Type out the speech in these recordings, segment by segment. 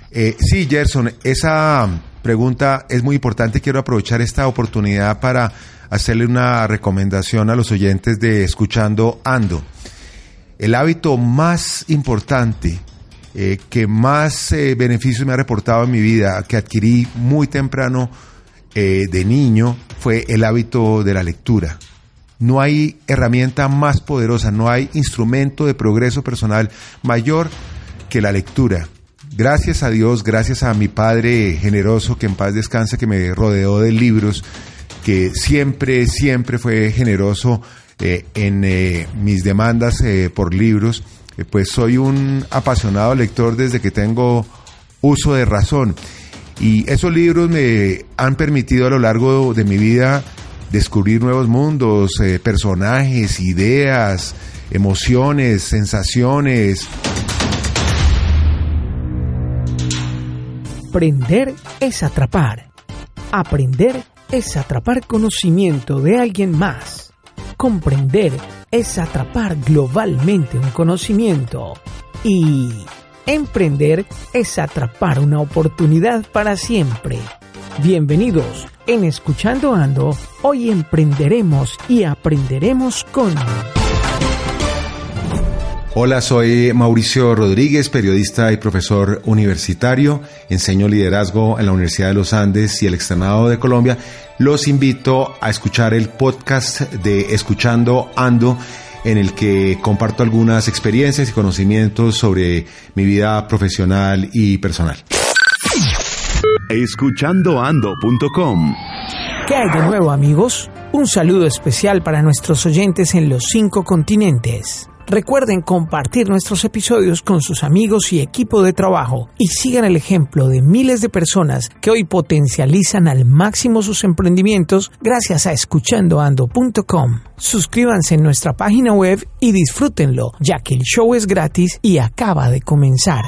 Sí, Gerson, esa pregunta es muy importante. Quiero aprovechar esta oportunidad para hacerle una recomendación a los oyentes de Escuchando Ando. El hábito más importante que más beneficios me ha reportado en mi vida, que adquirí muy temprano de niño, fue el hábito de la lectura. No hay herramienta más poderosa, no hay instrumento de progreso personal mayor que la lectura. Gracias a Dios, gracias a mi padre generoso, que en paz descanse, que me rodeó de libros, que siempre fue generoso en mis demandas por libros. Pues soy un apasionado lector desde que tengo uso de razón. Y esos libros me han permitido a lo largo de mi vida descubrir nuevos mundos, personajes, ideas, emociones, sensaciones. Aprender es atrapar. Aprender es atrapar conocimiento de alguien más. Comprender es atrapar globalmente un conocimiento. Y emprender es atrapar una oportunidad para siempre. Bienvenidos. En Escuchando Ando, hoy emprenderemos y aprenderemos con... Hola, soy Mauricio Rodríguez, periodista y profesor universitario. Enseño liderazgo en la Universidad de los Andes y el Externado de Colombia. Los invito a escuchar el podcast de Escuchando Ando, en el que comparto algunas experiencias y conocimientos sobre mi vida profesional y personal. Escuchandoando.com. ¿Qué hay de nuevo, amigos? Un saludo especial para nuestros oyentes en los 5 continentes. Recuerden compartir nuestros episodios con sus amigos y equipo de trabajo y sigan el ejemplo de miles de personas que hoy potencializan al máximo sus emprendimientos gracias a escuchandoando.com. Suscríbanse en nuestra página web y disfrútenlo, ya que el show es gratis y acaba de comenzar.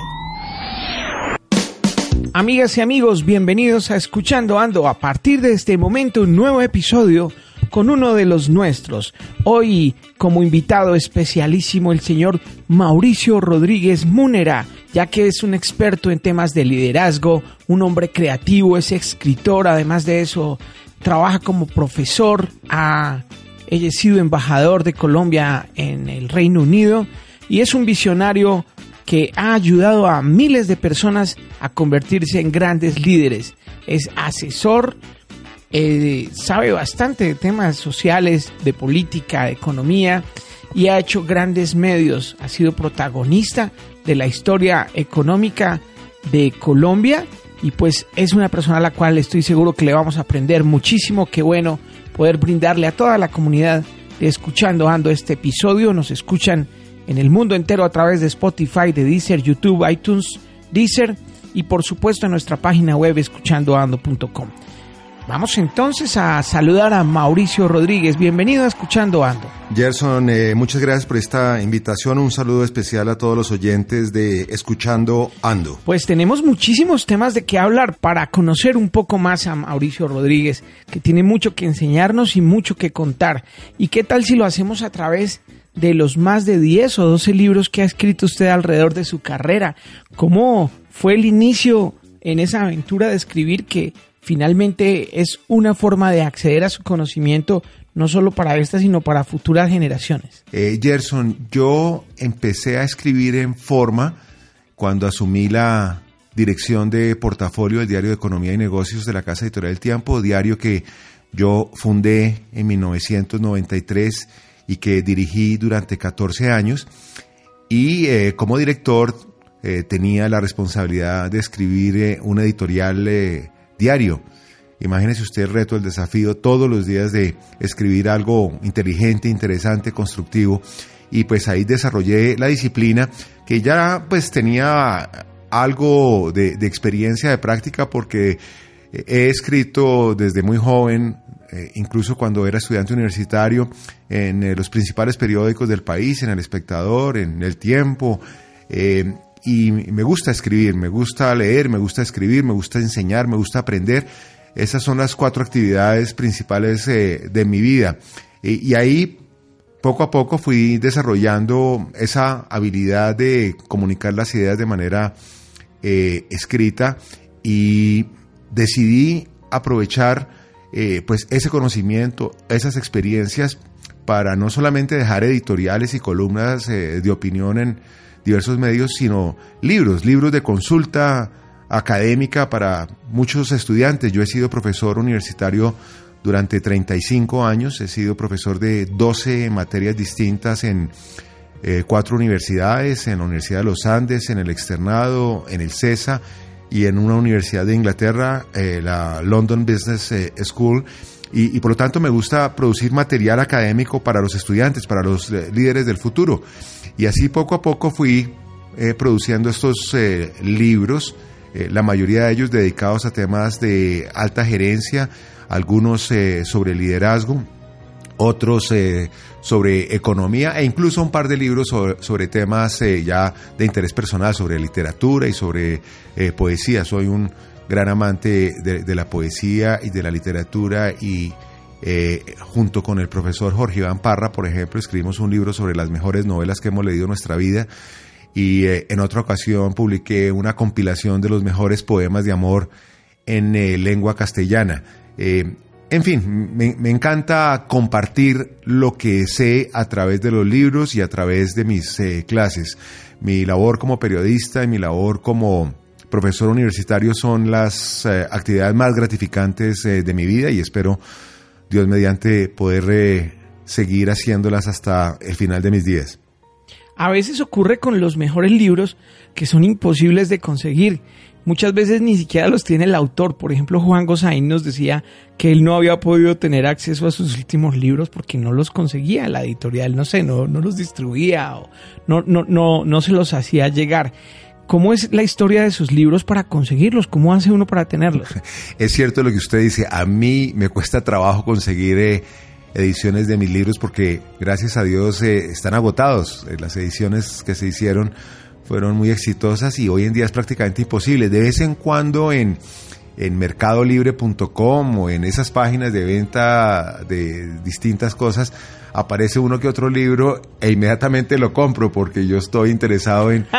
Amigas y amigos, bienvenidos a Escuchando Ando. A partir de este momento, un nuevo episodio con uno de los nuestros. Hoy, como invitado especialísimo, el señor Mauricio Rodríguez Múnera, ya que es un experto en temas de liderazgo, un hombre creativo, es escritor, además de eso, trabaja como profesor, ha sido embajador de Colombia en el Reino Unido y es un visionario que ha ayudado a miles de personas a convertirse en grandes líderes. Es asesor, sabe bastante de temas sociales, de política, de economía y ha hecho grandes medios. Ha sido protagonista de la historia económica de Colombia y pues es una persona a la cual estoy seguro que le vamos a aprender muchísimo. Qué bueno poder brindarle a toda la comunidad de Escuchando Ando este episodio. Nos escuchan en el mundo entero a través de Spotify, de Deezer, YouTube, iTunes, Deezer y por supuesto en nuestra página web escuchandoando.com. Vamos entonces a saludar a Mauricio Rodríguez. Bienvenido a Escuchando Ando. Gerson, muchas gracias por esta invitación. Un saludo especial a todos los oyentes de Escuchando Ando. Pues tenemos muchísimos temas de qué hablar para conocer un poco más a Mauricio Rodríguez, que tiene mucho que enseñarnos y mucho que contar. ¿Y qué tal si lo hacemos a través de los más de 10 o 12 libros que ha escrito usted alrededor de su carrera? ¿Cómo fue el inicio en esa aventura de escribir que finalmente es una forma de acceder a su conocimiento, no solo para esta, sino para futuras generaciones? Gerson, yo empecé a escribir en forma cuando asumí la dirección de portafolio del Diario de Economía y Negocios de la Casa Editorial El Tiempo, diario que yo fundé en 1993 y que dirigí durante 14 años. Y como director tenía la responsabilidad de escribir un editorial diario. Imagínese usted el reto, el desafío todos los días de escribir algo inteligente, interesante, constructivo, y pues ahí desarrollé la disciplina que ya pues tenía algo de experiencia, de práctica, porque he escrito desde muy joven, incluso cuando era estudiante universitario, en los principales periódicos del país, en El Espectador, en El Tiempo, y me gusta escribir, me gusta leer, me gusta escribir, me gusta enseñar, me gusta aprender. Esas son las 4 actividades principales de mi vida. Y ahí, poco a poco, fui desarrollando esa habilidad de comunicar las ideas de manera escrita, y decidí aprovechar pues ese conocimiento, esas experiencias, para no solamente dejar editoriales y columnas de opinión en diversos medios, sino libros de consulta académica para muchos estudiantes. Yo he sido profesor universitario durante 35 años, he sido profesor de 12 materias distintas en 4 universidades, en la Universidad de los Andes, en el Externado, en el CESA y en una universidad de Inglaterra, la London Business School, y por lo tanto me gusta producir material académico para los estudiantes, para los líderes del futuro. Y así poco a poco fui produciendo estos libros, la mayoría de ellos dedicados a temas de alta gerencia, algunos sobre liderazgo, otros sobre economía, e incluso un par de libros sobre temas ya de interés personal, sobre literatura y sobre poesía. Soy un gran amante de la poesía y de la literatura, y junto con el profesor Jorge Iván Parra, por ejemplo, escribimos un libro sobre las mejores novelas que hemos leído en nuestra vida, y en otra ocasión publiqué una compilación de los mejores poemas de amor en lengua castellana. En fin, me encanta compartir lo que sé a través de los libros y a través de mis clases. Mi labor como periodista y mi labor como profesor universitario son las actividades más gratificantes de mi vida, y espero, Dios mediante, poder seguir haciéndolas hasta el final de mis días. A veces ocurre con los mejores libros que son imposibles de conseguir. Muchas veces ni siquiera los tiene el autor. Por ejemplo, Juan Gosaín nos decía que él no había podido tener acceso a sus últimos libros porque no los conseguía. La editorial, no los distribuía o no se los hacía llegar. ¿Cómo es la historia de sus libros para conseguirlos? ¿Cómo hace uno para tenerlos? Es cierto lo que usted dice. A mí me cuesta trabajo conseguir ediciones de mis libros porque, gracias a Dios, están agotados. Las ediciones que se hicieron fueron muy exitosas y hoy en día es prácticamente imposible. De vez en cuando en mercadolibre.com o en esas páginas de venta de distintas cosas aparece uno que otro libro e inmediatamente lo compro porque yo estoy interesado en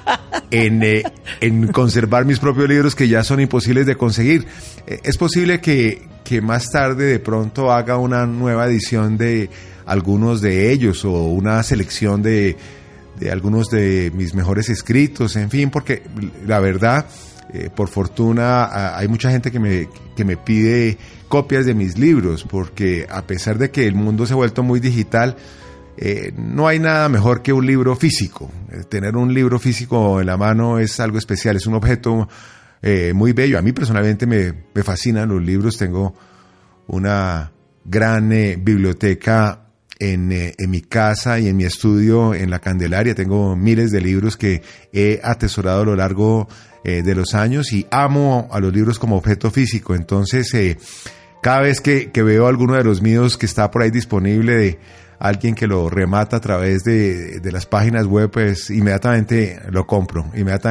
conservar mis propios libros que ya son imposibles de conseguir. Es posible que más tarde de pronto haga una nueva edición de algunos de ellos o una selección de algunos de mis mejores escritos, en fin, porque la verdad, por fortuna, hay mucha gente que me pide copias de mis libros, porque a pesar de que el mundo se ha vuelto muy digital, no hay nada mejor que un libro físico. Tener un libro físico en la mano es algo especial, es un objeto muy bello. A mí personalmente me fascinan los libros, tengo una gran biblioteca en mi casa y en mi estudio en la Candelaria. Tengo miles de libros que he atesorado a lo largo de los años y amo a los libros como objeto físico. Entonces, cada vez que veo alguno de los míos que está por ahí disponible de alguien que lo remata a través de las páginas web, pues inmediatamente lo compro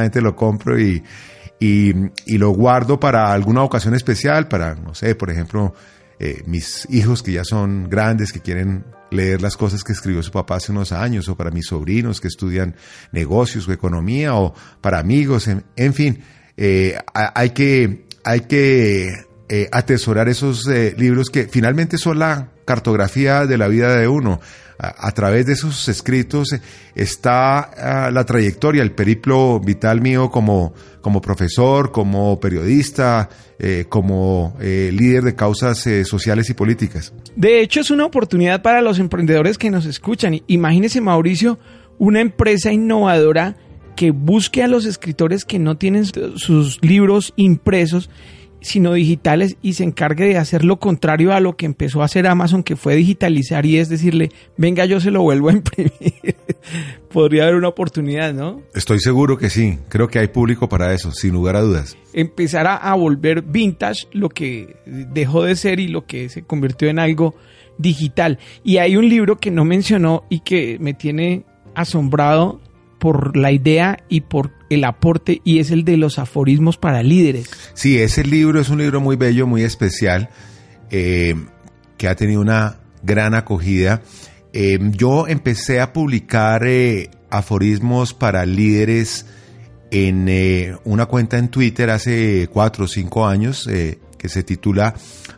y lo guardo para alguna ocasión especial, para, no sé, por ejemplo, mis hijos que ya son grandes, que quieren leer las cosas que escribió su papá hace unos años, o para mis sobrinos que estudian negocios o economía, o para amigos, en fin, hay que atesorar esos libros que finalmente son la cartografía de la vida de uno. A través de esos escritos está la trayectoria, el periplo vital mío como profesor, como periodista, como líder de causas sociales y políticas. De hecho, es una oportunidad para los emprendedores que nos escuchan. Imagínese, Mauricio, una empresa innovadora que busque a los escritores que no tienen sus libros impresos, sino digitales, y se encargue de hacer lo contrario a lo que empezó a hacer Amazon, que fue digitalizar, y es decirle, venga, yo se lo vuelvo a imprimir. Podría haber una oportunidad, ¿no? Estoy seguro que sí, creo que hay público para eso, sin lugar a dudas. Empezar a volver vintage lo que dejó de ser y lo que se convirtió en algo digital. Y hay un libro que no mencionó y que me tiene asombrado por la idea y por el aporte, y es el de los aforismos para líderes. Sí, ese libro es un libro muy bello, muy especial, que ha tenido una gran acogida. Yo empecé a publicar aforismos para líderes en una cuenta en Twitter hace 4 o 5 años que se titula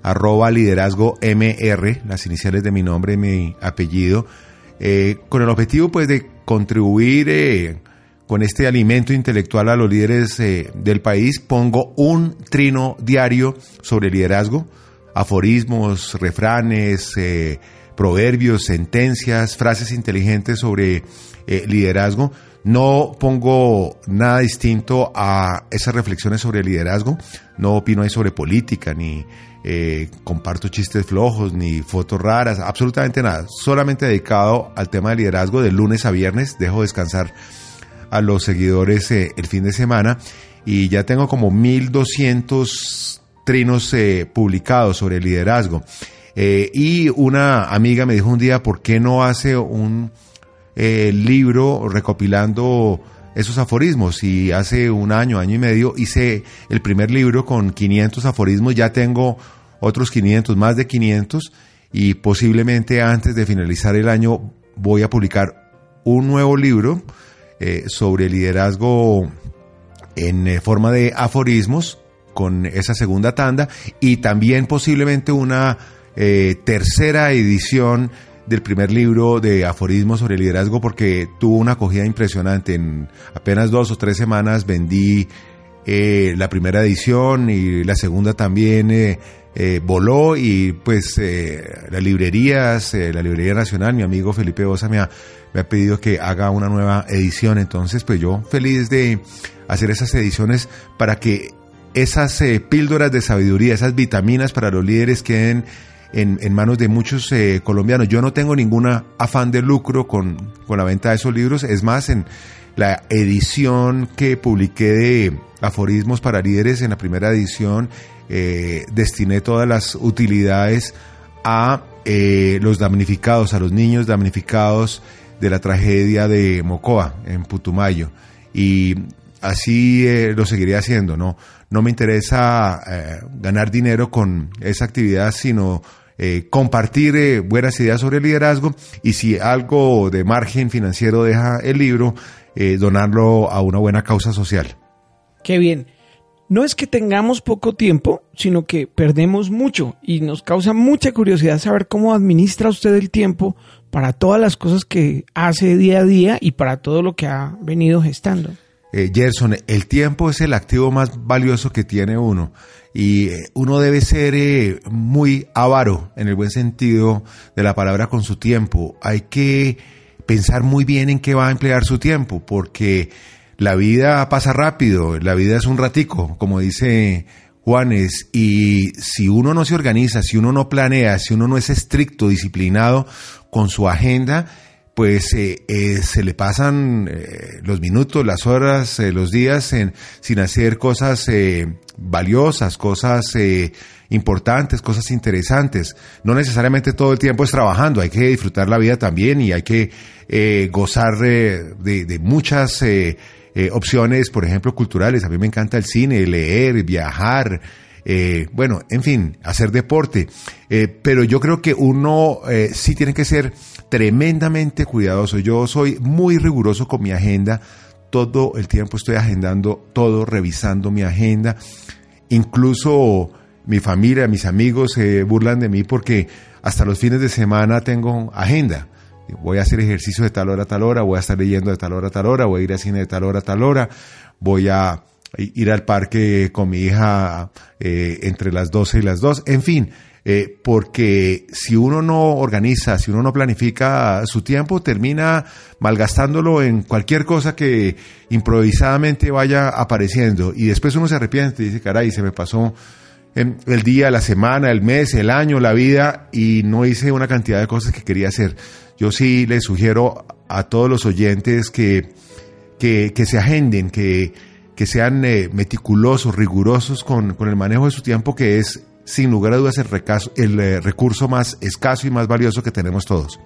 @liderazgomr, las iniciales de mi nombre y mi apellido, con el objetivo pues de contribuir con este alimento intelectual a los líderes del país. Pongo un trino diario sobre liderazgo, aforismos, refranes, proverbios, sentencias, frases inteligentes sobre liderazgo. No pongo nada distinto a esas reflexiones sobre liderazgo. No opino ahí sobre política, ni comparto chistes flojos, ni fotos raras, absolutamente nada. Solamente dedicado al tema de liderazgo de lunes a viernes. Dejo descansar a los seguidores el fin de semana y ya tengo como 1200 trinos publicados sobre liderazgo. Y una amiga me dijo un día, ¿por qué no hace un libro recopilando esos aforismos? Y hace un año y medio hice el primer libro con 500 aforismos, ya tengo otros 500, más de 500, y posiblemente antes de finalizar el año voy a publicar un nuevo libro sobre liderazgo en forma de aforismos con esa segunda tanda, y también posiblemente una tercera edición del primer libro de aforismos sobre liderazgo, porque tuvo una acogida impresionante. En apenas 2 o 3 semanas vendí la primera edición y la segunda también voló, y pues las librerías, la Librería Nacional, mi amigo Felipe Bosa me ha pedido que haga una nueva edición. Entonces pues yo feliz de hacer esas ediciones para que esas píldoras de sabiduría, esas vitaminas para los líderes queden en manos de muchos colombianos. Yo no tengo ningún afán de lucro con la venta de esos libros. Es más, en la edición que publiqué de aforismos para líderes, en la primera edición, destiné todas las utilidades a los damnificados, a los niños damnificados de la tragedia de Mocoa, en Putumayo. Y así lo seguiré haciendo. No me interesa ganar dinero con esa actividad, sino compartir buenas ideas sobre liderazgo, y si algo de margen financiero deja el libro, donarlo a una buena causa social. Qué bien. No es que tengamos poco tiempo, sino que perdemos mucho, y nos causa mucha curiosidad saber cómo administra usted el tiempo para todas las cosas que hace día a día y para todo lo que ha venido gestando. Gerson, el tiempo es el activo más valioso que tiene uno, y uno debe ser muy avaro en el buen sentido de la palabra con su tiempo. Hay que pensar muy bien en qué va a emplear su tiempo, porque la vida pasa rápido, la vida es un ratico, como dice Juanes, y si uno no se organiza, si uno no planea, si uno no es estricto, disciplinado con su agenda, pues se le pasan los minutos, las horas, los días sin hacer cosas valiosas, cosas importantes, cosas interesantes. No necesariamente todo el tiempo es trabajando, hay que disfrutar la vida también, y hay que gozar de muchas opciones, por ejemplo, culturales. A mí me encanta el cine, leer, viajar, bueno, en fin, hacer deporte. Pero yo creo que uno sí tiene que ser tremendamente cuidadoso. Yo soy muy riguroso con mi agenda. Todo el tiempo estoy agendando todo, revisando mi agenda. Incluso mi familia, mis amigos se burlan de mí porque hasta los fines de semana tengo agenda. Voy a hacer ejercicio de tal hora a tal hora, voy a estar leyendo de tal hora a tal hora, voy a ir al cine de tal hora a tal hora, voy a ir al parque con mi hija entre las 12 y las 2, en fin, porque si uno no organiza, si uno no planifica su tiempo, termina malgastándolo en cualquier cosa que improvisadamente vaya apareciendo, y después uno se arrepiente y dice, caray, se me pasó el día, la semana, el mes, el año, la vida, y no hice una cantidad de cosas que quería hacer. Yo sí les sugiero a todos los oyentes que se agenden, que sean meticulosos, rigurosos con el manejo de su tiempo, que es, sin lugar a dudas, el recurso más escaso y más valioso que tenemos todos.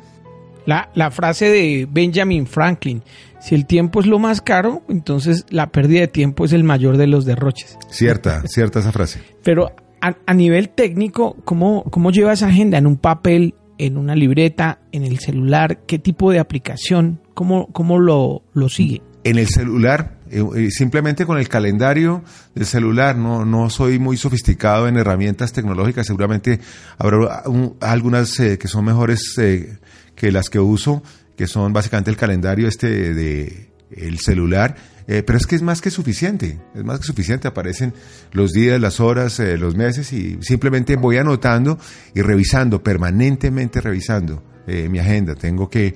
La frase de Benjamin Franklin: si el tiempo es lo más caro, entonces la pérdida de tiempo es el mayor de los derroches. Cierta esa frase. Pero a nivel técnico, ¿cómo lleva esa agenda? ¿En un papel, en una libreta, en el celular? ¿Qué tipo de aplicación? ¿Cómo lo sigue? En el celular, simplemente con el calendario del celular. No soy muy sofisticado en herramientas tecnológicas, seguramente habrá algunas que son mejores que las que uso, que son básicamente el calendario de el celular, pero es que es más que suficiente, aparecen los días, las horas, los meses, y simplemente voy anotando y revisando, permanentemente revisando mi agenda. Tengo que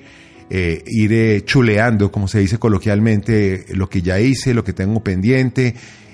ir chuleando, como se dice coloquialmente, lo que ya hice, lo que tengo pendiente,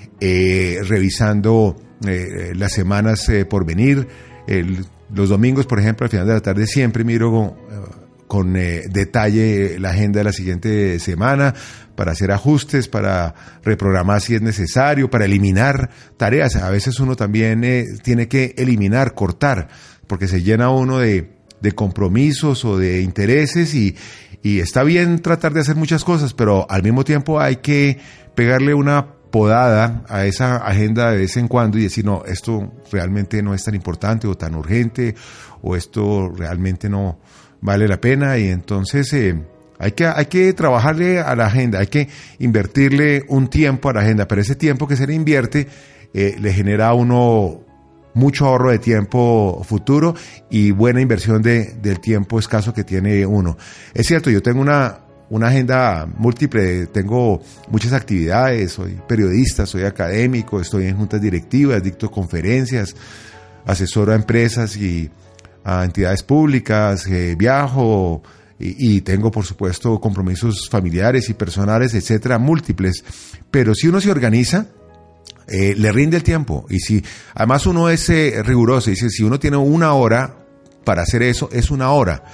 revisando las semanas por venir. Los domingos, por ejemplo, al final de la tarde siempre miro con detalle la agenda de la siguiente semana para hacer ajustes, para reprogramar si es necesario, para eliminar tareas. A veces uno también tiene que eliminar, cortar, porque se llena uno de compromisos o de intereses, y está bien tratar de hacer muchas cosas, pero al mismo tiempo hay que pegarle una podada a esa agenda de vez en cuando y decir, no, esto realmente no es tan importante o tan urgente, o esto realmente no vale la pena. Y entonces hay que trabajarle a la agenda, hay que invertirle un tiempo a la agenda, pero ese tiempo que se le invierte le genera a uno mucho ahorro de tiempo futuro y buena inversión del tiempo escaso que tiene uno. Es cierto, yo tengo una agenda múltiple, tengo muchas actividades, soy periodista, soy académico, estoy en juntas directivas, dicto conferencias, asesoro a empresas y a entidades públicas, viajo y tengo, por supuesto, compromisos familiares y personales, etcétera, múltiples. Pero si uno se organiza, le rinde el tiempo. Y si además uno es riguroso, dice, si uno tiene 1 hora para hacer eso, es 1 hora.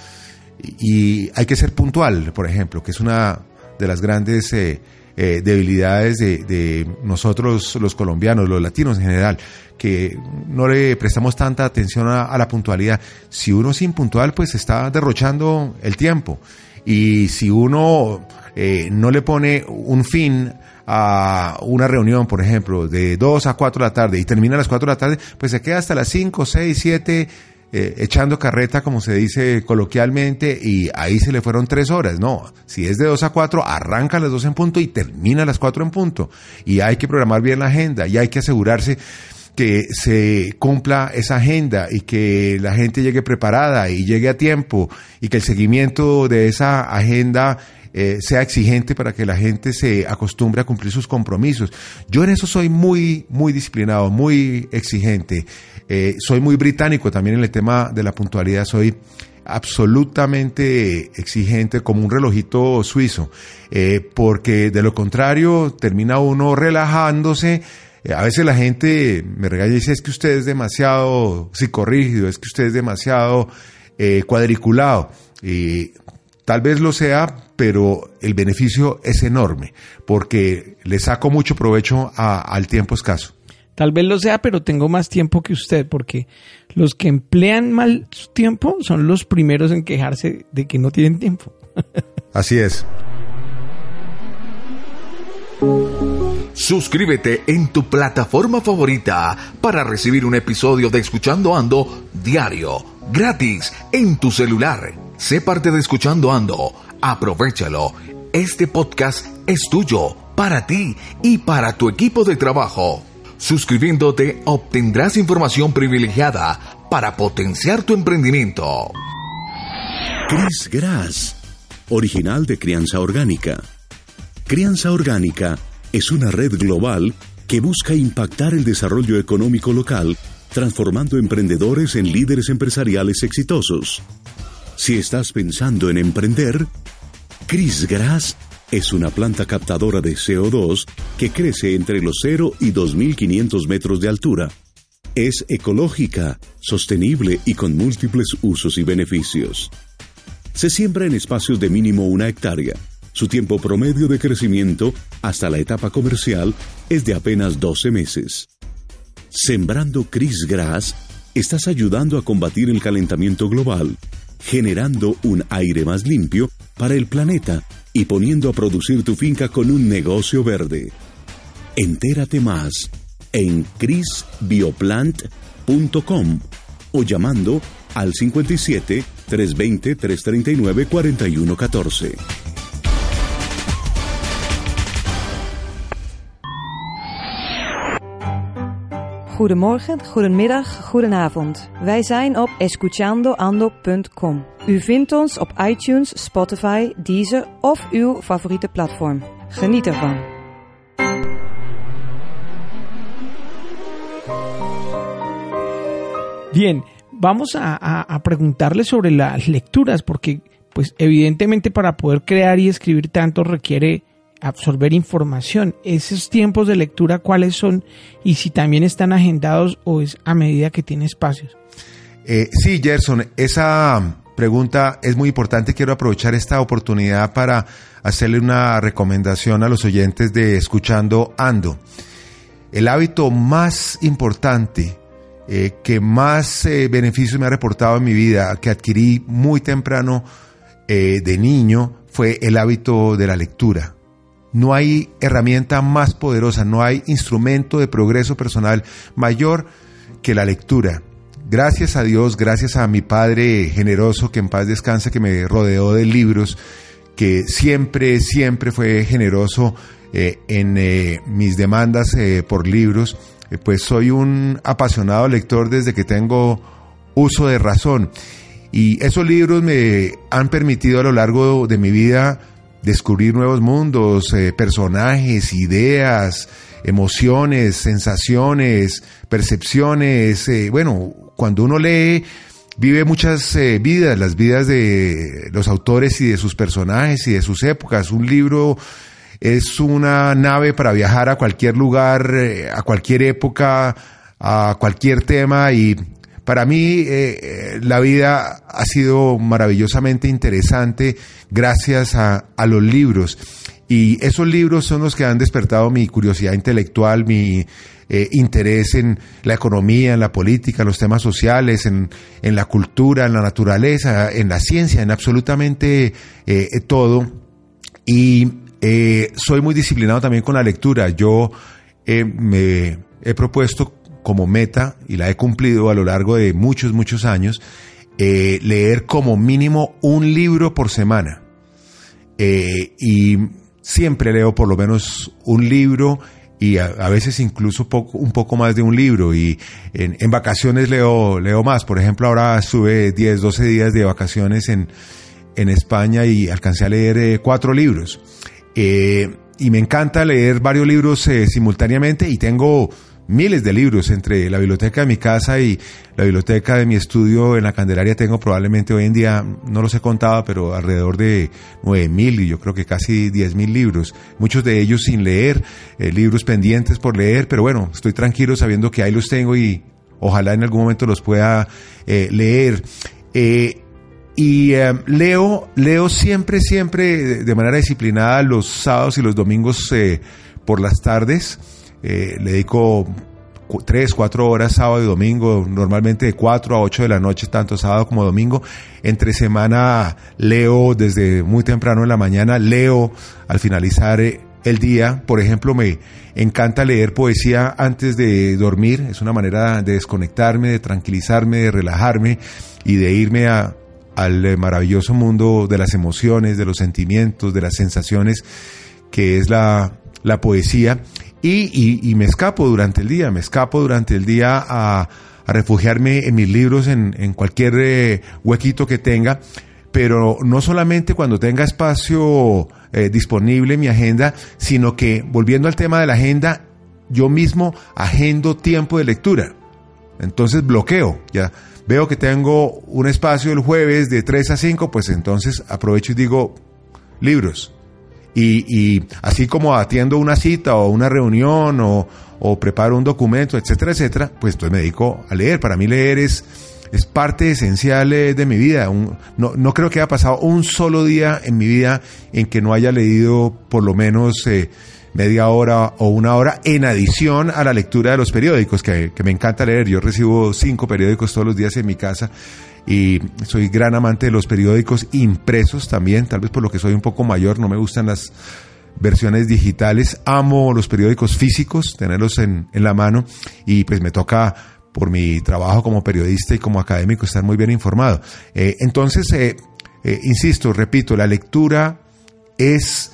Y hay que ser puntual, por ejemplo, que es una de las grandes debilidades de nosotros los colombianos, los latinos en general, que no le prestamos tanta atención a la puntualidad. Si uno es impuntual, pues está derrochando el tiempo. Y si uno no le pone un fin a una reunión, por ejemplo, de 2 a 4 de la tarde y termina a las 4 de la tarde, pues se queda hasta las 5, 6, 7 echando carreta, como se dice coloquialmente, y ahí se le fueron 3 horas. No, si es de 2 a 4, arranca a las 2 en punto y termina a las 4 en punto. Y hay que programar bien la agenda y hay que asegurarse que se cumpla esa agenda y que la gente llegue preparada y llegue a tiempo y que el seguimiento de esa agenda sea exigente para que la gente se acostumbre a cumplir sus compromisos. Yo en eso soy muy, muy disciplinado, muy exigente. Soy muy británico también en el tema de la puntualidad. Soy absolutamente exigente, como un relojito suizo, porque de lo contrario termina uno relajándose. A veces la gente me regaña y dice, es que usted es demasiado psicorrígido, es que usted es demasiado cuadriculado. Y tal vez lo sea, pero el beneficio es enorme, porque le saco mucho provecho al tiempo escaso. Tal vez lo sea, pero tengo más tiempo que usted, porque los que emplean mal su tiempo son los primeros en quejarse de que no tienen tiempo. Así es. Suscríbete en tu plataforma favorita para recibir un episodio de Escuchando Ando diario, gratis, en tu celular. Sé parte de Escuchando Ando. Aprovechalo. Este podcast es tuyo, para ti y para tu equipo de trabajo. Suscribiéndote obtendrás información privilegiada para potenciar tu emprendimiento. Chris Grass, original de Crianza Orgánica. Crianza Orgánica es una red global que busca impactar el desarrollo económico local, transformando emprendedores en líderes empresariales exitosos. Si estás pensando en emprender, Chris Grass es una planta captadora de CO2 que crece entre los 0 y 2.500 metros de altura. Es ecológica, sostenible y con múltiples usos y beneficios. Se siembra en espacios de mínimo 1 hectárea. Su tiempo promedio de crecimiento hasta la etapa comercial es de apenas 12 meses. Sembrando Chris Grass, estás ayudando a combatir el calentamiento global, generando un aire más limpio para el planeta y poniendo a producir tu finca con un negocio verde. Entérate más en chrisbioplant.com o llamando al 57 320 339 4114. goedemorgen, goedemiddag, goedenavond. Wij zijn op escuchandoando.com. U vindt ons op iTunes, Spotify, Deezer of uw favoriete platform. Geniet ervan. Bien, vamos a preguntarle sobre las lecturas, porque pues evidentemente para poder crear y escribir tanto requiere absorber información. Esos tiempos de lectura, ¿cuáles son? Y si también están agendados o es a medida que tiene espacios. Sí, Gerson, esa pregunta es muy importante. Quiero aprovechar esta oportunidad para hacerle una recomendación a los oyentes de Escuchando Ando. El hábito más importante que más beneficios me ha reportado en mi vida, que adquirí muy temprano de niño, fue el hábito de la lectura. No hay herramienta más poderosa, no hay instrumento de progreso personal mayor que la lectura. Gracias a Dios, gracias a mi padre generoso, que en paz descanse, que me rodeó de libros, que siempre fue generoso en mis demandas por libros, pues soy un apasionado lector desde que tengo uso de razón. Y esos libros me han permitido a lo largo de mi vida descubrir nuevos mundos, personajes, ideas, emociones, sensaciones, percepciones. Bueno, cuando uno lee, vive muchas vidas, las vidas de los autores y de sus personajes y de sus épocas. Un libro es una nave para viajar a cualquier lugar, a cualquier época, a cualquier tema, y para mí la vida ha sido maravillosamente interesante gracias a los libros, y esos libros son los que han despertado mi curiosidad intelectual, mi interés en la economía, en la política, en los temas sociales, en la cultura, en la naturaleza, en la ciencia, en absolutamente todo. Y soy muy disciplinado también con la lectura. Yo me he propuesto como meta, y la he cumplido a lo largo de muchos años, leer como mínimo un libro por semana. Y siempre leo por lo menos un libro, y a veces incluso un poco más de un libro, y en vacaciones leo más. Por ejemplo, ahora estuve 10-12 días de vacaciones en España y alcancé a leer 4 libros. Y me encanta leer varios libros simultáneamente, y tengo miles de libros entre la biblioteca de mi casa y la biblioteca de mi estudio en la Candelaria. Tengo probablemente hoy en día, no los he contado, pero alrededor de 9,000 y yo creo que casi 10,000 libros, muchos de ellos sin leer, libros pendientes por leer, pero bueno, estoy tranquilo sabiendo que ahí los tengo y ojalá en algún momento los pueda leer. Leo siempre de manera disciplinada los sábados y los domingos por las tardes. Le dedico 3-4 horas sábado y domingo, normalmente de 4 a 8 de la noche, tanto sábado como domingo. Entre semana leo desde muy temprano en la mañana, leo al finalizar el día. Por ejemplo, me encanta leer poesía antes de dormir. Es una manera de desconectarme, de tranquilizarme, de relajarme y de irme al maravilloso mundo de las emociones, de los sentimientos, de las sensaciones, que es la poesía. Y me escapo durante el día a refugiarme en mis libros, en cualquier huequito que tenga, pero no solamente cuando tenga espacio disponible en mi agenda, sino que, volviendo al tema de la agenda, yo mismo agendo tiempo de lectura. Entonces bloqueo, ya veo que tengo un espacio el jueves de 3 a 5, pues entonces aprovecho y digo libros. Y así como atiendo una cita o una reunión o preparo un documento, etcétera, pues entonces me dedico a leer. Para mí leer es parte esencial de mi vida. No creo que haya pasado un solo día en mi vida en que no haya leído por lo menos media hora o una hora, en adición a la lectura de los periódicos, que me encanta leer. Yo recibo 5 periódicos todos los días en mi casa, y soy gran amante de los periódicos impresos también, tal vez por lo que soy un poco mayor, no me gustan las versiones digitales. Amo los periódicos físicos, tenerlos en la mano, y pues me toca, por mi trabajo como periodista y como académico, estar muy bien informado. Entonces, insisto, repito, la lectura es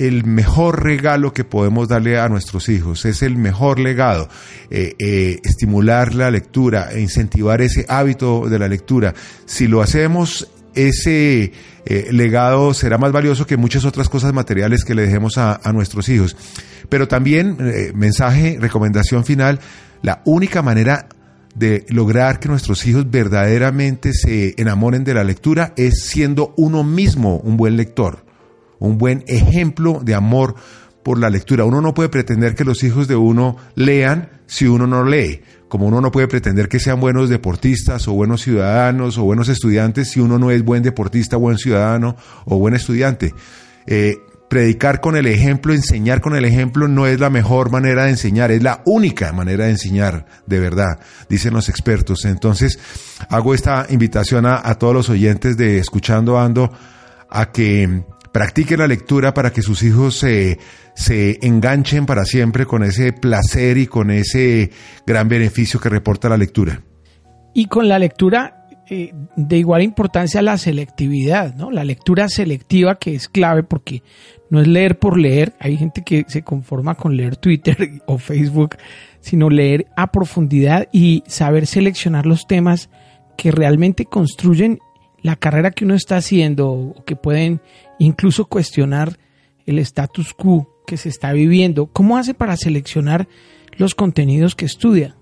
el mejor regalo que podemos darle a nuestros hijos, es el mejor legado, estimular la lectura, incentivar ese hábito de la lectura. Si lo hacemos, ese legado será más valioso que muchas otras cosas materiales que le dejemos a nuestros hijos. Pero también, mensaje, recomendación final, la única manera de lograr que nuestros hijos verdaderamente se enamoren de la lectura es siendo uno mismo un buen lector, un buen ejemplo de amor por la lectura. Uno no puede pretender que los hijos de uno lean si uno no lee, como uno no puede pretender que sean buenos deportistas o buenos ciudadanos o buenos estudiantes si uno no es buen deportista, buen ciudadano o buen estudiante. Predicar con el ejemplo, enseñar con el ejemplo no es la mejor manera de enseñar, es la única manera de enseñar, de verdad, dicen los expertos. Entonces, hago esta invitación a todos los oyentes de Escuchando Ando a que practiquen la lectura para que sus hijos se enganchen para siempre con ese placer y con ese gran beneficio que reporta la lectura. Y con la lectura, de igual importancia la selectividad, ¿no? La lectura selectiva, que es clave porque no es leer por leer. Hay gente que se conforma con leer Twitter o Facebook, sino leer a profundidad y saber seleccionar los temas que realmente construyen la carrera que uno está haciendo o que pueden incluso cuestionar el status quo que se está viviendo. ¿Cómo hace para seleccionar los contenidos que estudia?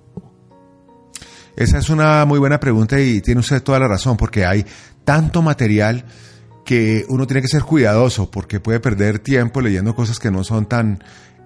Esa es una muy buena pregunta y tiene usted toda la razón, porque hay tanto material que uno tiene que ser cuidadoso, porque puede perder tiempo leyendo cosas que no son tan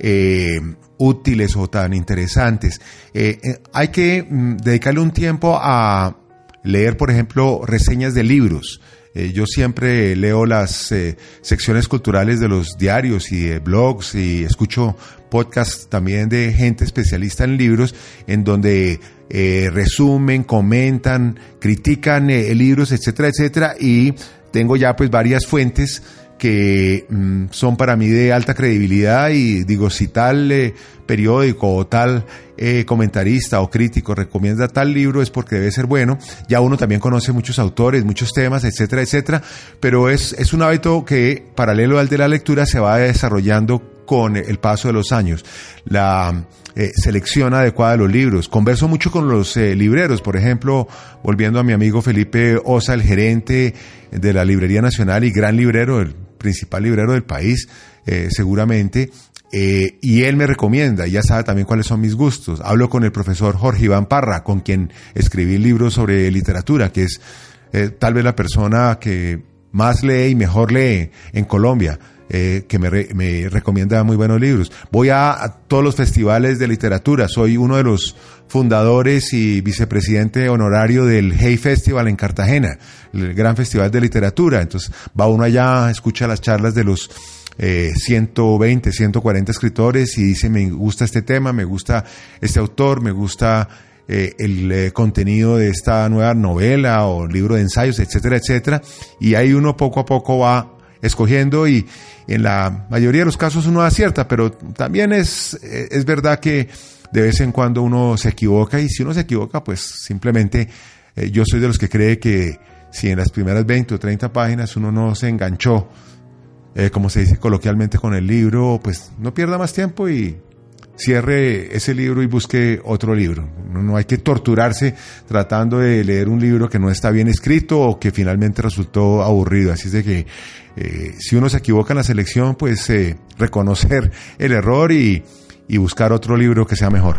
útiles o tan interesantes. Hay que dedicarle un tiempo a leer, por ejemplo, reseñas de libros. Yo siempre leo las secciones culturales de los diarios y de blogs y escucho podcasts también de gente especialista en libros, en donde resumen, comentan, critican libros, etcétera, etcétera, y tengo ya pues varias fuentes que son para mí de alta credibilidad y digo, si tal periódico o tal comentarista o crítico recomienda tal libro es porque debe ser bueno. Ya uno también conoce muchos autores, muchos temas, etcétera, etcétera, pero es un hábito que, paralelo al de la lectura, se va desarrollando con el paso de los años. La selección adecuada de los libros. Converso mucho con los libreros, por ejemplo, volviendo a mi amigo Felipe Osa, el gerente de la Librería Nacional y gran librero, el principal librero del país, seguramente, y él me recomienda, y ya sabe también cuáles son mis gustos. Hablo con el profesor Jorge Iván Parra, con quien escribí libros sobre literatura, que es tal vez la persona que más lee y mejor lee en Colombia, que me recomienda muy buenos libros. Voy a todos los festivales de literatura, soy uno de los fundadores y vicepresidente honorario del Hey Festival en Cartagena, el gran festival de literatura. Entonces va uno allá, escucha las charlas de los 120, 140 escritores y dice, me gusta este tema, me gusta este autor, me gusta el contenido de esta nueva novela o libro de ensayos, etcétera, etcétera, y ahí uno poco a poco va escogiendo y en la mayoría de los casos uno acierta, pero también es verdad que de vez en cuando uno se equivoca, y si uno se equivoca, pues simplemente yo soy de los que cree que si en las primeras 20 o 30 páginas uno no se enganchó, como se dice coloquialmente, con el libro, pues no pierda más tiempo y cierre ese libro y busque otro libro. No hay que torturarse tratando de leer un libro que no está bien escrito o que finalmente resultó aburrido. Así es de que si uno se equivoca en la selección, pues reconocer el error y buscar otro libro que sea mejor.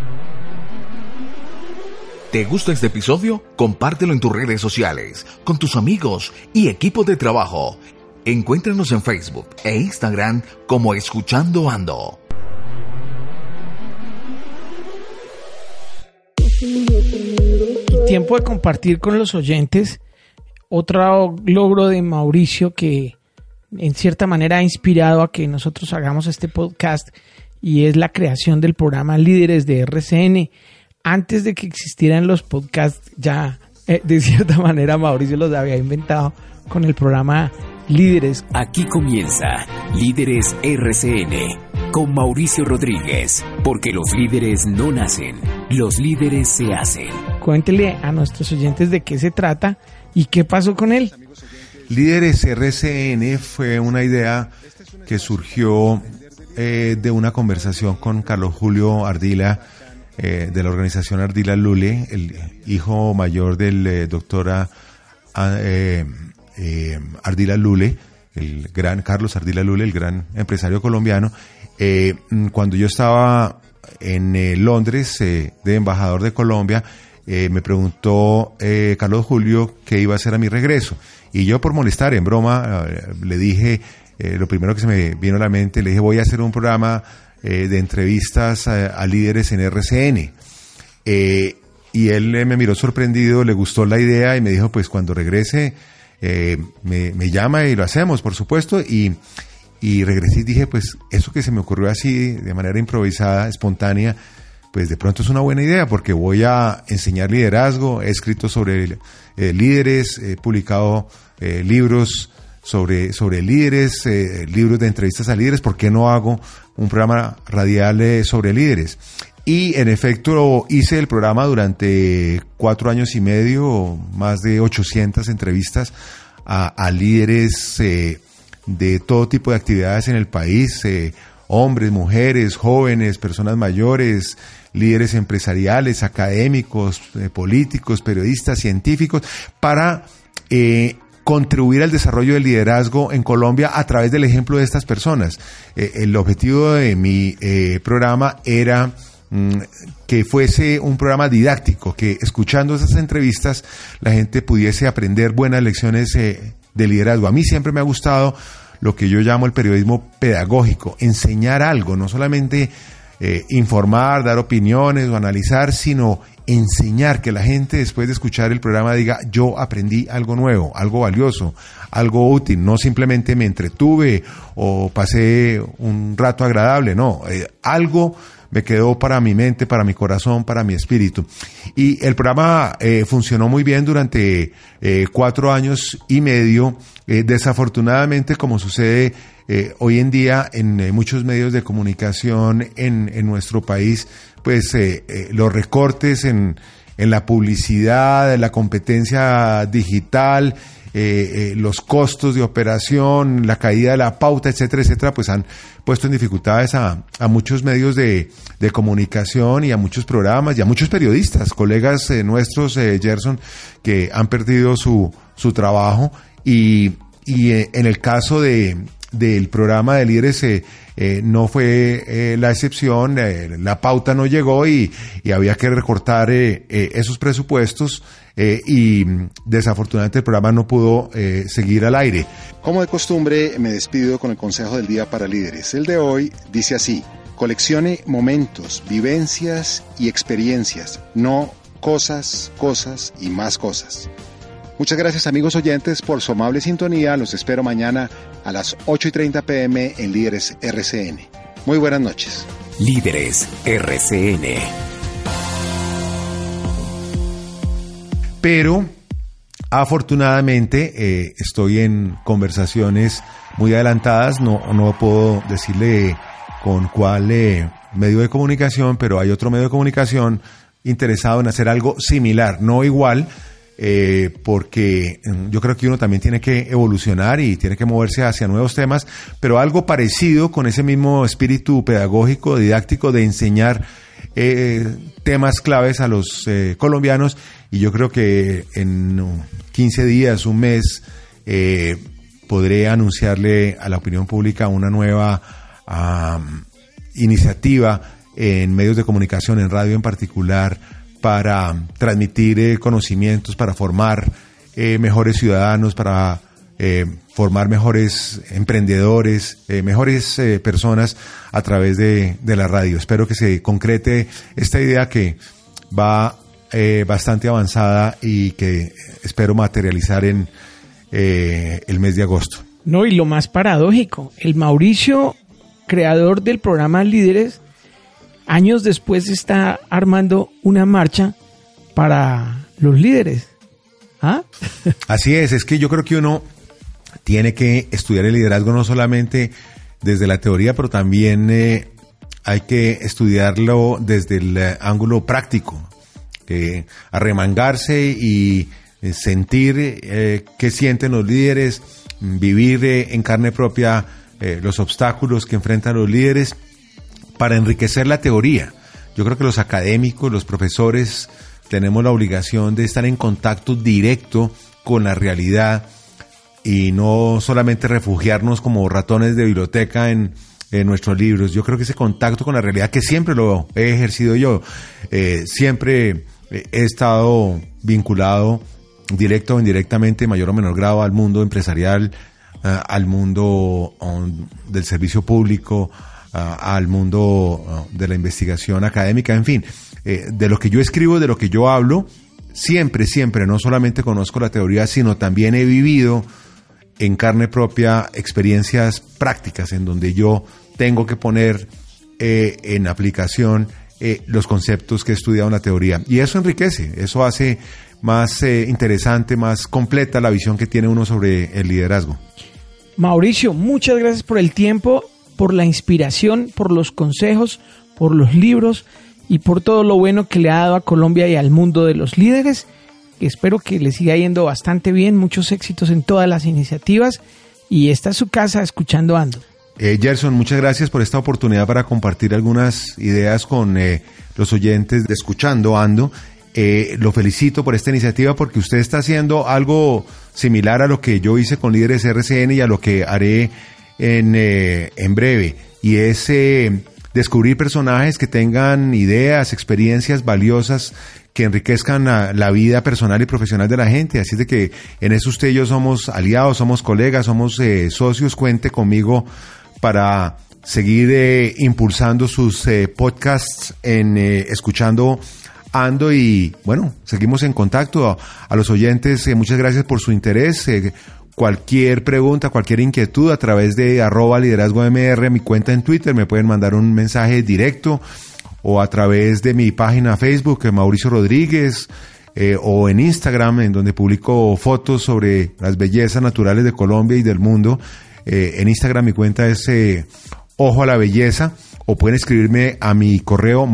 ¿Te gusta este episodio? Compártelo en tus redes sociales, con tus amigos y equipo de trabajo. Encuéntranos en Facebook e Instagram como Escuchando Ando. Tiempo de compartir con los oyentes otro logro de Mauricio que en cierta manera ha inspirado a que nosotros hagamos este podcast, y es la creación del programa Líderes de RCN. Antes de que existieran los podcasts, ya de cierta manera Mauricio los había inventado con el programa Líderes. Aquí comienza Líderes RCN con Mauricio Rodríguez, porque los líderes no nacen, los líderes se hacen. Cuéntele a nuestros oyentes de qué se trata y qué pasó con él. Líderes RCN fue una idea que surgió de una conversación con Carlos Julio Ardila, de la organización Ardila Lule, el hijo mayor del doctor Ardila Lule, el gran Carlos Ardila Lule, el gran empresario colombiano. Cuando yo estaba en Londres, de embajador de Colombia, me preguntó Carlos Julio qué iba a hacer a mi regreso. Y yo, por molestar, en broma, le dije, lo primero que se me vino a la mente, le dije, voy a hacer un programa de entrevistas a líderes en RCN. Y él me miró sorprendido, le gustó la idea y me dijo, pues cuando regrese me llama y lo hacemos, por supuesto. Y regresé y dije, pues eso que se me ocurrió así, de manera improvisada, espontánea, pues de pronto es una buena idea, porque voy a enseñar liderazgo. He escrito sobre líderes, he publicado libros sobre líderes, libros de entrevistas a líderes. ¿Por qué no hago un programa radial sobre líderes? Y en efecto hice el programa durante 4 años y medio, más de 800 entrevistas a líderes de todo tipo de actividades en el país, hombres, mujeres, jóvenes, personas mayores, líderes empresariales, académicos, políticos, periodistas, científicos, para contribuir al desarrollo del liderazgo en Colombia a través del ejemplo de estas personas. El objetivo de mi programa era que fuese un programa didáctico, que escuchando esas entrevistas la gente pudiese aprender buenas lecciones de liderazgo. A mí siempre me ha gustado lo que yo llamo el periodismo pedagógico, enseñar algo, no solamente informar, dar opiniones o analizar, sino enseñar, que la gente después de escuchar el programa diga, yo aprendí algo nuevo, algo valioso, algo útil, no simplemente me entretuve o pasé un rato agradable, no, algo me quedó para mi mente, para mi corazón, para mi espíritu. Y el programa funcionó muy bien durante 4 años y medio. Desafortunadamente, como sucede hoy en día en muchos medios de comunicación en nuestro país, pues los recortes en la publicidad, en la competencia digital, los costos de operación, la caída de la pauta, etcétera, etcétera, pues han puesto en dificultades a muchos medios de comunicación y a muchos programas y a muchos periodistas, colegas nuestros, Gerson, que han perdido su trabajo y en el caso del programa de líderes no fue la excepción. La pauta no llegó y había que recortar esos presupuestos y desafortunadamente el programa no pudo seguir al aire. Como de costumbre, me despido con el consejo del día para líderes. El de hoy dice así: coleccione momentos, vivencias y experiencias, no cosas, cosas y más cosas. Muchas gracias, amigos oyentes, por su amable sintonía. Los espero mañana a las 8:30 p.m. en Líderes RCN. Muy buenas noches. Líderes RCN. Pero afortunadamente estoy en conversaciones muy adelantadas. No puedo decirle con cuál medio de comunicación, pero hay otro medio de comunicación interesado en hacer algo similar, no igual, porque yo creo que uno también tiene que evolucionar y tiene que moverse hacia nuevos temas, pero algo parecido, con ese mismo espíritu pedagógico, didáctico, de enseñar temas claves a los colombianos. Y yo creo que en 15 días, un mes, podré anunciarle a la opinión pública una nueva iniciativa en medios de comunicación, en radio en particular, para transmitir conocimientos, para formar mejores ciudadanos, para formar mejores emprendedores, mejores personas a través de la radio. Espero que se concrete esta idea, que va bastante avanzada y que espero materializar en el mes de agosto. No, y lo más paradójico, el Mauricio, creador del programa Líderes, años después está armando una marcha para los líderes. ¿Ah? Así es que yo creo que uno tiene que estudiar el liderazgo no solamente desde la teoría, pero también hay que estudiarlo desde el ángulo práctico, arremangarse y sentir qué sienten los líderes, vivir en carne propia los obstáculos que enfrentan los líderes para enriquecer la teoría. Yo creo que los académicos, los profesores, tenemos la obligación de estar en contacto directo con la realidad y no solamente refugiarnos como ratones de biblioteca en nuestros libros. Yo creo que ese contacto con la realidad, que siempre lo he ejercido yo, siempre he estado vinculado directo o indirectamente, en mayor o menor grado, al mundo empresarial, al mundo del servicio público, al mundo de la investigación académica, en fin, de lo que yo escribo, de lo que yo hablo, siempre, no solamente conozco la teoría, sino también he vivido en carne propia experiencias prácticas en donde yo tengo que poner en aplicación los conceptos que he estudiado en la teoría. Y eso enriquece, eso hace más interesante, más completa la visión que tiene uno sobre el liderazgo. Mauricio, muchas gracias por el tiempo, por la inspiración, por los consejos, por los libros y por todo lo bueno que le ha dado a Colombia y al mundo de los líderes. Espero que le siga yendo bastante bien, muchos éxitos en todas las iniciativas, y esta es su casa, Escuchando Ando. Gerson, muchas gracias por esta oportunidad para compartir algunas ideas con los oyentes de Escuchando Ando. Lo felicito por esta iniciativa porque usted está haciendo algo similar a lo que yo hice con Líderes RCN y a lo que haré en breve, y es descubrir personajes que tengan ideas, experiencias valiosas que enriquezcan la vida personal y profesional de la gente. Así de que en eso usted y yo somos aliados, somos colegas, somos socios. Cuente conmigo para seguir impulsando sus podcasts en Escuchando Ando, y bueno, seguimos en contacto. A los oyentes, muchas gracias por su interés. Cualquier pregunta, cualquier inquietud, a través de @liderazgomr, mi cuenta en Twitter, me pueden mandar un mensaje directo, o a través de mi página Facebook, Mauricio Rodríguez, o en Instagram, en donde publico fotos sobre las bellezas naturales de Colombia y del mundo. En Instagram mi cuenta es Ojo a la Belleza, o pueden escribirme a mi correo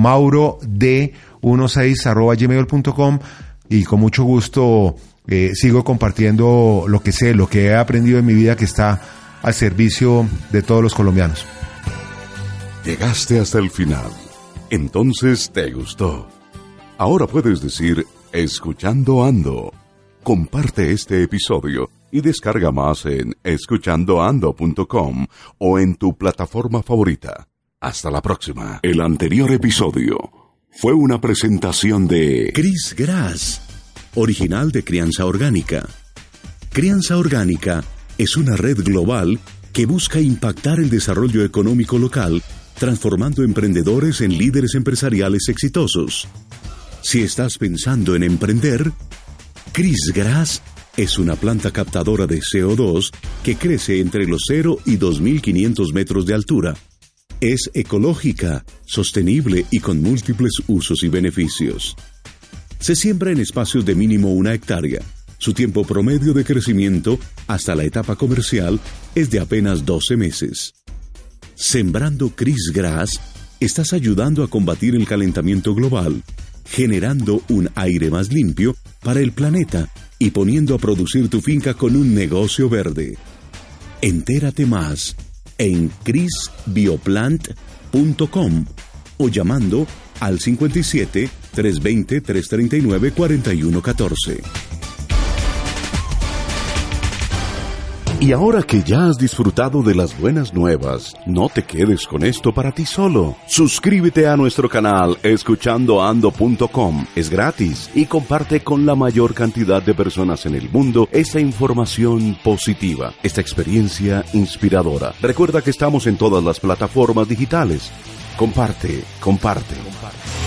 maurod16@gmail.com, y con mucho gusto sigo compartiendo lo que sé, lo que he aprendido en mi vida, que está al servicio de todos los colombianos. Llegaste hasta el final. Entonces te gustó. Ahora puedes decir Escuchando Ando. Comparte este episodio y descarga más en escuchandoando.com o en tu plataforma favorita. Hasta la próxima. El anterior episodio fue una presentación de Chris Grass, original de Crianza Orgánica. Crianza Orgánica es una red global que busca impactar el desarrollo económico local, transformando emprendedores en líderes empresariales exitosos. Si estás pensando en emprender, Chris Grass es una planta captadora de CO2 que crece entre los 0 y 2.500 metros de altura. Es ecológica, sostenible y con múltiples usos y beneficios. Se siembra en espacios de mínimo 1 hectárea. Su tiempo promedio de crecimiento hasta la etapa comercial es de apenas 12 meses. Sembrando Chris Grass, estás ayudando a combatir el calentamiento global, generando un aire más limpio para el planeta y poniendo a producir tu finca con un negocio verde. Entérate más en chrisbioplant.com o llamando al 57 320 339 4114. Y ahora que ya has disfrutado de las buenas nuevas, no te quedes con esto para ti solo. Suscríbete a nuestro canal escuchandoando.com. Es gratis y comparte con la mayor cantidad de personas en el mundo esta información positiva, esta experiencia inspiradora. Recuerda que estamos en todas las plataformas digitales. Comparte.